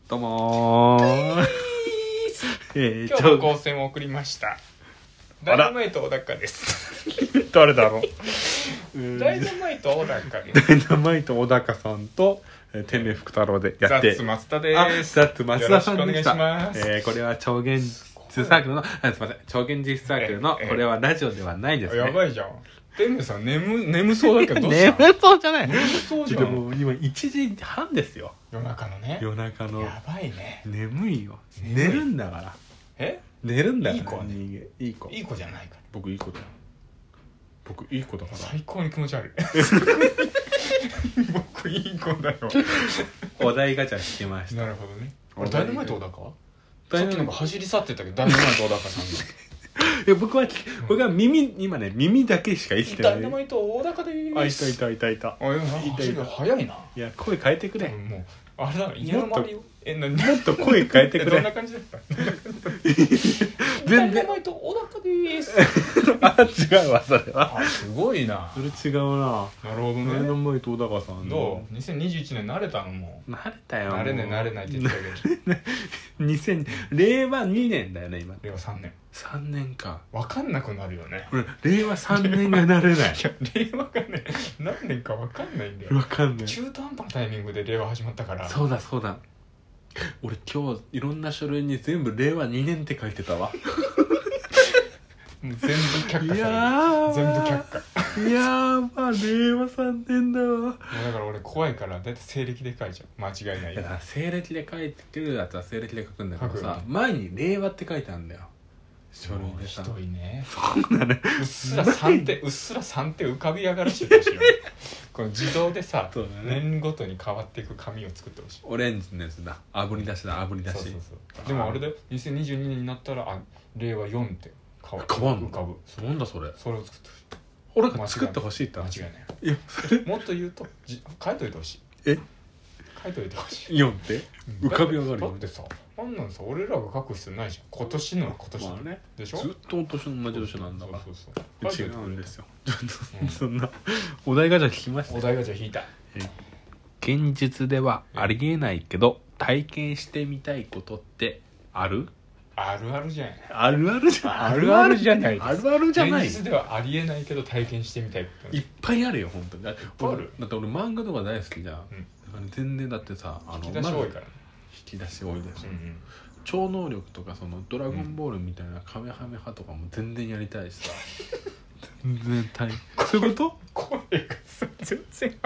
どうも今日も高専を送りましたダイナマイト小高です誰だろうダイナマイト小高ですダイナマイト小高さんと天命福太郎でやってザッツ松田です。 ザッツ松田さんでした。 よろしくお願いします。 これは超現実サークルのすみません、超現実サークルのこれはラジオではないですね。 やばいじゃん。天命さん眠そうだけどどうした眠そうじゃない。 眠そうじゃん。 でも今1時半ですよ。 夜中のね。 夜中の。 やばいね。 眠いよ。寝るんだから。寝るんだから。 いい子はね。 いい子。 いい子じゃないから。 僕いい子だよ。僕いい子だから。 最高に気持ち悪い。僕いい子だよ。 お題ガチャ引きました。 なるほどね。ダイナマイト小高？さっきなんか走り去ってたけどダイナマイト小高さんが。 いや僕は今ね耳だけしか生きてない。 ダイナマイト小高でーす。 いた。 走る早いな。 いや声変えてくれ。 もうあれだ家の周りをもっと声変えてくれ。 どんな感じだった？ 全然。 ダイナマイト小高でーす。 違うわそれは。 すごいな。 それ違うな。 なるほどね。 ダイナマイト小高さんどう？2021年慣れたのもう。 慣れたよ。 慣れないって言ってたけど。 令和2年だよね今。 令和3年。 3年か。 分かんなくなるよね。 令和3年が慣れない。いや令和がね何年か分かんないんだよ。 分かんない。 中途半端なタイミングで令和始まったから。 そうだ。俺今日いろんな書類に全部令和2年って書いてたわ。 全部却下される。全部却下。 いやーまあ令和3年だわ。 だから俺怖いからだいたい西暦で書いちゃう。間違いないよ。 だから西暦で書いてくるやつは西暦で書くんだけどさ、前に令和って書いてあるんだよ書類でさ。 ひどいね。 そうだね。 うっすら3手浮かび上がらせてほしいよ。この自動でさ、年ごとに変わっていく紙を作ってほしい。 オレンジのやつだ。炙り出し。 そうでもあれで2022年になったら令和4って変わんの。 浮かぶ。 なんだそれ。 それを作ってほしい。 俺が作ってほしいって間違いない。 いやもっと言うと書いといてほしい。書いといてほしい。 4って浮かび上がるよ。 だってさあんなんさ俺らが書く必要ないじゃん。今年のは今年ねでしょ。 ずっと今年の同じ年なんだから。 そう違うんですよ。そんなお題ガチャ聞きました。 お題ガチャ引いた。 現実ではありえないけど体験してみたいことってある？ あるあるじゃない。 あるあるじゃない。 あるあるじゃない。 あるあるじゃない。 現実ではありえないけど体験してみたいこと。 いっぱいあるよ本当に。だって俺漫画とか大好きじゃん。全然だってさ引き出し多いからね。 引き出し多いですよ。超能力とかそのドラゴンボールみたいなカメハメハとかも全然やりたいしさ。全然そういうこと？ 声がさ全然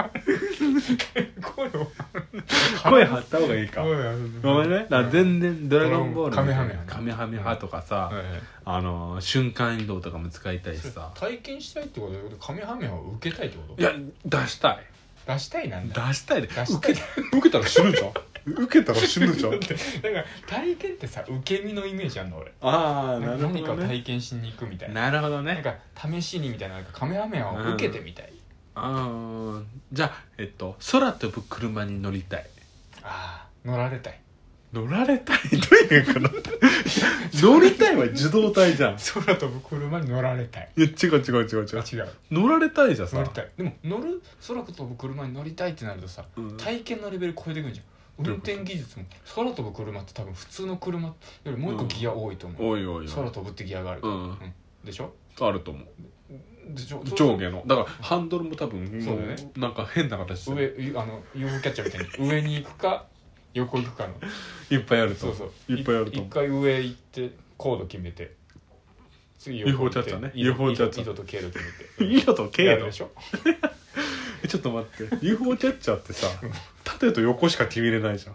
声張った方がいいか。ごめんね。全然ドラゴンボールカメハメハとかさ、瞬間移動とかも使いたいしさ。 体験したいってことでカメハメハを受けたいってこと？ いや出したい。 出したいなんだ。 出したいで。受けたら死ぬじゃん。受けたら死ぬじゃん。 だから体験ってさ受け身のイメージあんの俺。 ああなるほどね。 何かを体験しに行くみたいな。 なるほどね。 なんか試しにみたいなカメハメハを受けてみたい。 じゃあ空飛ぶ車に乗りたい。 乗られたい。 乗られたいどういうこと？乗りたいは自動体じゃん。 空飛ぶ車に乗られたい。 いや違う。乗られたいじゃさ。 乗りたい。でも空飛ぶ車に乗りたいってなるとさ、体験のレベル超えてくんじゃん。運転技術も空飛ぶ車って多分普通の車よりもう一個ギア多いと思う。 おい空飛ぶってギアがある。でしょ？ あると思う。上下のだからハンドルも多分そうだね。なんか変な形でUFO キャッチャーみたいに上に行くか横行くかのいっぱいあると。 いっぱいあると。一回上行ってコード決めて次横 UFO キャッチャーね。 緯度と経度決めて緯度と経度でしょ。 ちょっと待って UFO キャッチャーってさ縦と横しか決めれないじゃん。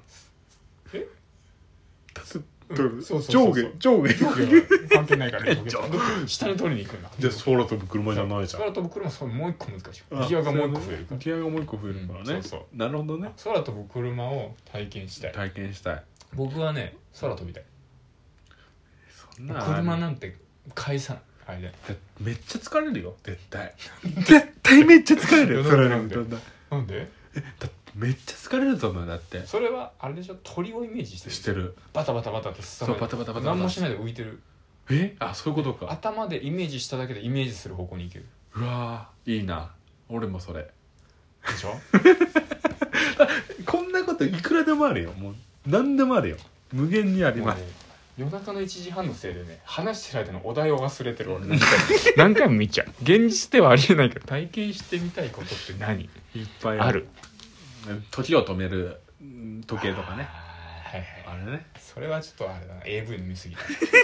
上下関係ないからね。下に取りに行くんだ。 じゃあ空飛ぶ車じゃないじゃん。 空飛ぶ車はもう一個難しい。ギアがもう一個増えるから。 ギアがもう一個増えるからね。なるほどね。 空飛ぶ車を体験したい。僕はね空飛びたい。そんな車なんて返さない。あれでめっちゃ疲れるよ絶対。絶対めっちゃ疲れるよ。それなんで？ なんで？ だってめっちゃ疲れると思う。だってそれはあれでしょ。鳥をイメージしてる。バタバタってそうバタバタ何もしないで浮いてる。 そういうことか。 頭でイメージしただけでイメージする方向に行ける。 うわいいな。俺もそれでしょ。 こんなこといくらでもあるよ。もう何でもあるよ、無限にあります。 もうね、夜中の1時半のせいでね話してる間のお題を忘れてる俺何回も見ちゃう。現実ではありえないけど体験してみたいことって何いっぱいある。 時を止める時計とかね。 はいはい、 あれね、 それはちょっとあれだな、 AV 飲みすぎた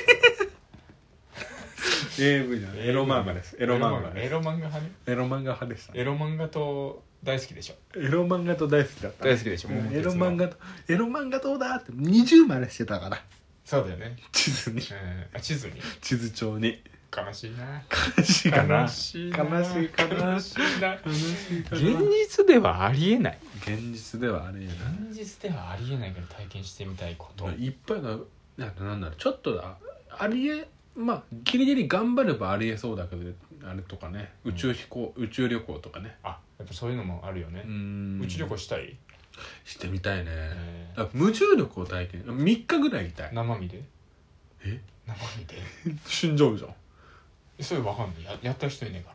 AV じゃない、エロ漫画です。エロ漫画エロ漫画派ね。 エロ漫画派でしたね。 エロ漫画と大好きでしょ。 エロ漫画と大好きだった。 大好きでしょ。 エロ漫画どうだって20までしてたから。 そうだよね。 地図に、 地図に地図帳に。 悲しいな。 悲しいかな。 悲しいな。 悲しいかな。 悲しいな。 悲しいかな。 現実ではありえない。 現実ではあれやな。 現実ではありえないけど体験してみたいこと。 いっぱいな、なんだろう、ちょっとだありえ、まあギリギリ頑張ればありえそうだけど、あれとかね、宇宙旅行とかね。 あ、やっぱそういうのもあるよね。宇宙旅行したい？ してみたいね。無重力を体験、3日ぐらいいたい。 生身で？ え？ 生身で？ 死んじゃうじゃん。 それわかんない。やった人いねえから。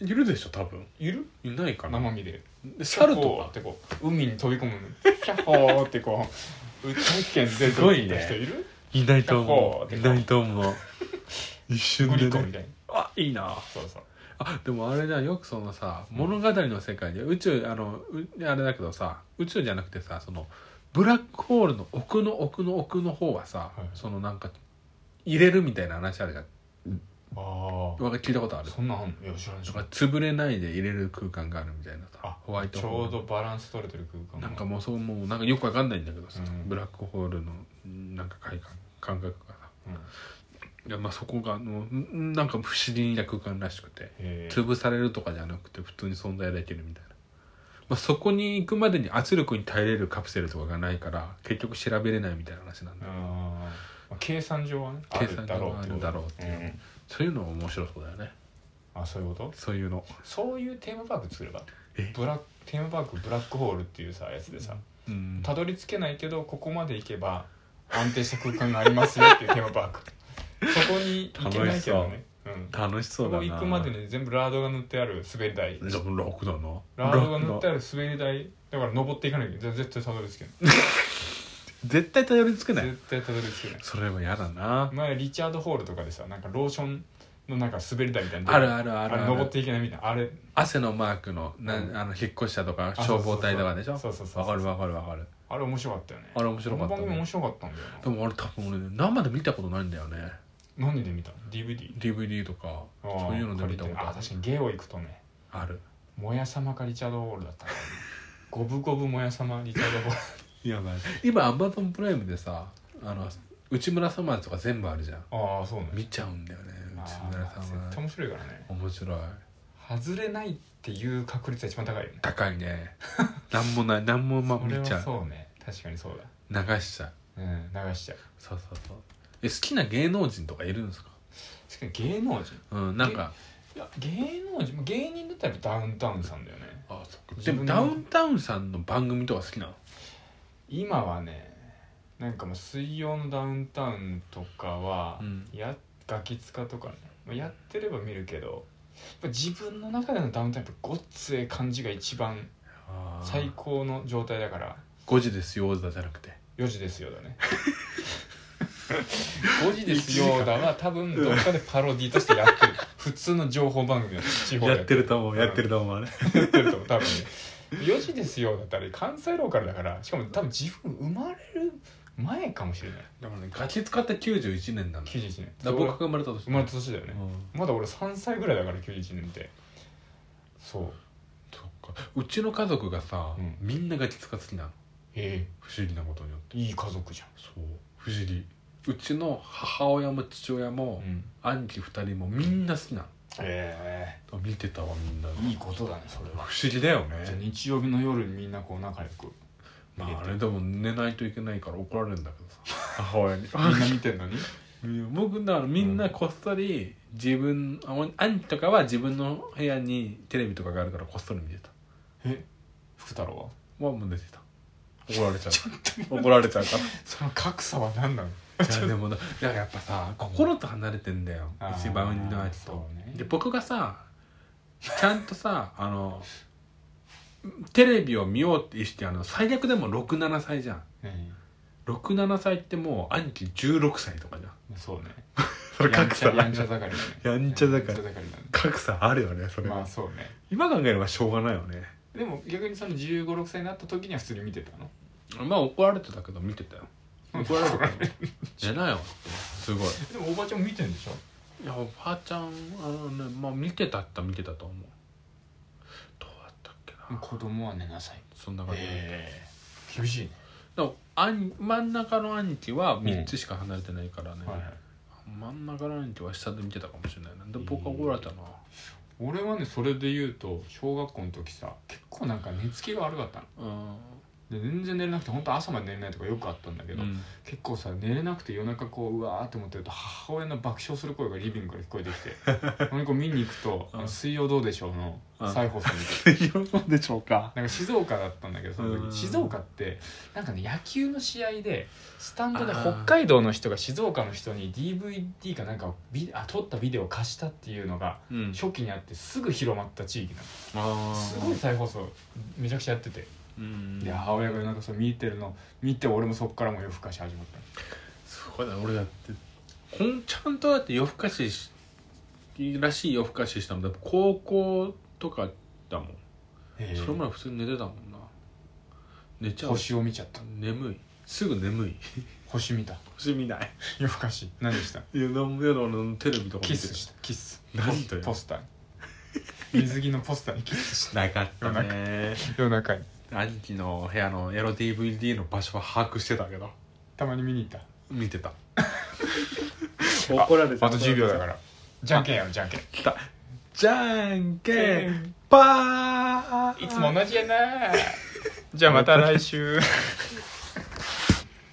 いるでしょ多分。 いる？ いないかな。 生身で。 猿とかってこう海に飛び込むの。キャッホーってこう宇宙圏ですごいね。 人いる？ いないと思う。いないと思う。一瞬でね。 グリコみたいな。 あ、いいな。 そうそう。 あ、でもあれじゃよくそのさ、物語の世界で宇宙あれだけどさ、宇宙じゃなくてさ、そのブラックホールの奥の奥の奥の方はさ、 はい、 そのなんか入れるみたいな話あるじゃん。 ああ。 聞いたことある？ そんなんあんの？いや知らない。 だから潰れないで入れる空間があるみたいなさ。ホワイトホール。 ちょうどバランス取れてる空間。 なんかもうなんかよくわかんないんだけどさ、ブラックホールのなんか感覚がさ。いやまあそこがなんか不思議な空間らしくて、潰されるとかじゃなくて普通に存在できるみたいな、まあ、そこに行くまでに圧力に耐えれるカプセルとかがないから結局調べれないみたいな話なんだけど、 まあ、計算上はね計算上はあるだろうっていう、そういうのも面白そうだよね。 あ、そういうこと？ そういうの、 そういうテーマパーク作れば、テーマパークブラックホールっていうさやつでさ、たどり着けないけどここまで行けば安定した空間がありますよっていうテーマパークそこに行けないけどね、 楽しそうだな。 そこ行くまでに全部ラードが塗ってある滑り台、 楽だな。 ラードが塗ってある滑り台だから登っていかなきゃ絶対たどり着けない絶対たどり着けない。 絶対たどり着けない。 それは嫌だな。 前リチャードホールとかでさ、なんかローションのなんか滑り台みたいなあるあるある、 登っていけないみたいな、あれ汗のマークの引っ越したとか消防隊とかでしょ。 そうわかるわかるわかる。 あれ面白かったよね。 あれ面白かったね。 番組面白かったんだよな。 でも俺多分ね生で見たことないんだよね。 何で見たの？ DVD とかそういうので見たことある。 確かにゲオ行くとねある。 もやさまかリチャードホールだったねゴブゴブもやさまリチャードホールやばい。今 Amazon プライムでさ内村サマーズとか全部あるじゃん。 ああそうね。 見ちゃうんだよね。内村さんは絶対面白いからね。 面白い。 外れないっていう確率が一番高いよね。 高いね。なんもないなんも見ちゃう。 そうね、確かにそうだ。 流しちゃう。 流しちゃう。 そう好きな芸能人とかいるんですか？ 好きな芸能人？ なんかいや芸能人芸人だったらダウンタウンさんだよね。 あ、そっか。でもダウンタウンさんの番組とか好きなの？ 今はね、なんかもう水曜のダウンタウンとかは、ガキツカとかねやってれば見るけど、やっぱ自分の中でのダウンタウンってごっつえ感じが一番最高の状態だから。 5時ですよだじゃなくて 4時ですよだね5時ですよだは多分どっかでパロディとしてやってる普通の情報番組だ地方でやってると思う、やってると思うねやってると思う多分ね。4時ですよだったら関西ローカルだから、しかも多分自分生まれる前かもしれない。 だからね、ガキ使って91年なんだ。 91年だ僕が生まれた年。 生まれた年だよね、まだ俺3歳ぐらいだから91年ってそうそっか。うちの家族がさ、みんなガキ使好きなの。不思議なことによっていい家族じゃん。 そう不思議。うちの母親も父親も、兄貴2人もみんな好きなの。見てたわみんな。 いいことだねそれは。 不思議だよね。 じゃあ日曜日の夜にみんなこう仲良く。 まああれでも寝ないといけないから怒られるんだけどさ母親にみんな見てんのに僕だからみんなこっそり自分、兄とかは自分の部屋にテレビとかがあるからこっそり見てた。 福太郎はもう寝てた。怒られちゃう怒られちゃうからその格差は何なの？ じゃあでもやっぱさ心と離れてんだよ一番上のやつと、で僕がさちゃんとさテレビを見ようってして最悪でも 6,7 歳じゃん、6 67歳ってもう兄貴16歳とかじゃん。 そうねそれ格差やんちゃ盛りだね。 やんちゃ盛りだね。 格差あるよねそれは。 まあそうね。 今考えればしょうがないよね。 でも逆にその15、6歳になった時には普通に見てたの？ まあ怒られてたけど見てたよ。怒られてたよ寝なよってすごい。 でもおばちゃんも見てんでしょ？ いやおばあちゃんまあ見てたと思う。どうだったっけな。 子供は寝なさい。 そんな感じ。 厳しいね。 でも真ん中の兄貴は3つしか離れてないからね、 はいはい、 真ん中の兄貴は下で見てたかもしれないな。で僕は怒られたな。 俺はねそれで言うと小学校の時さ結構なんか寝つきが悪かったの。で全然寝れなくて本当朝まで寝れないとかよくあったんだけど、結構さ寝れなくて夜中こううわーって思ってると母親の爆笑する声がリビングから聞こえてきてこれ見に行くと「水曜どうでしょう」の再放送見て水曜どうでしょうか。 なんか静岡だったんだけどその時静岡ってなんかね野球の試合でスタンドで北海道の人が静岡の人に DVD かなんか撮ったビデオを貸したっていうのが初期にあってすぐ広まった地域なの。すごい再放送めちゃくちゃやってて、で母親がなんかそれ見てるの見て俺もそっからもう夜更かし始まった。 そうだ俺だってちゃんとだって夜更かしらしい夜更かししたのだって高校とかだもん。それまで普通に寝てたもんな。寝ちゃう。 星を見ちゃった。 眠い。すぐ眠い。 星見た。 星見ない。 夜更かし何した？ いや何もやだテレビとか見てキスした。キス何とポスターに水着のポスターにキスした。 なかったね。 夜中に兄貴の部屋のエロ DVD の場所は把握してたけどたまに見に行った。 見てた。怒られた。 あと10秒だからじゃんけんやろ。じゃんけん来た。じゃんけんパー。 いつも同じやな。じゃあまた来週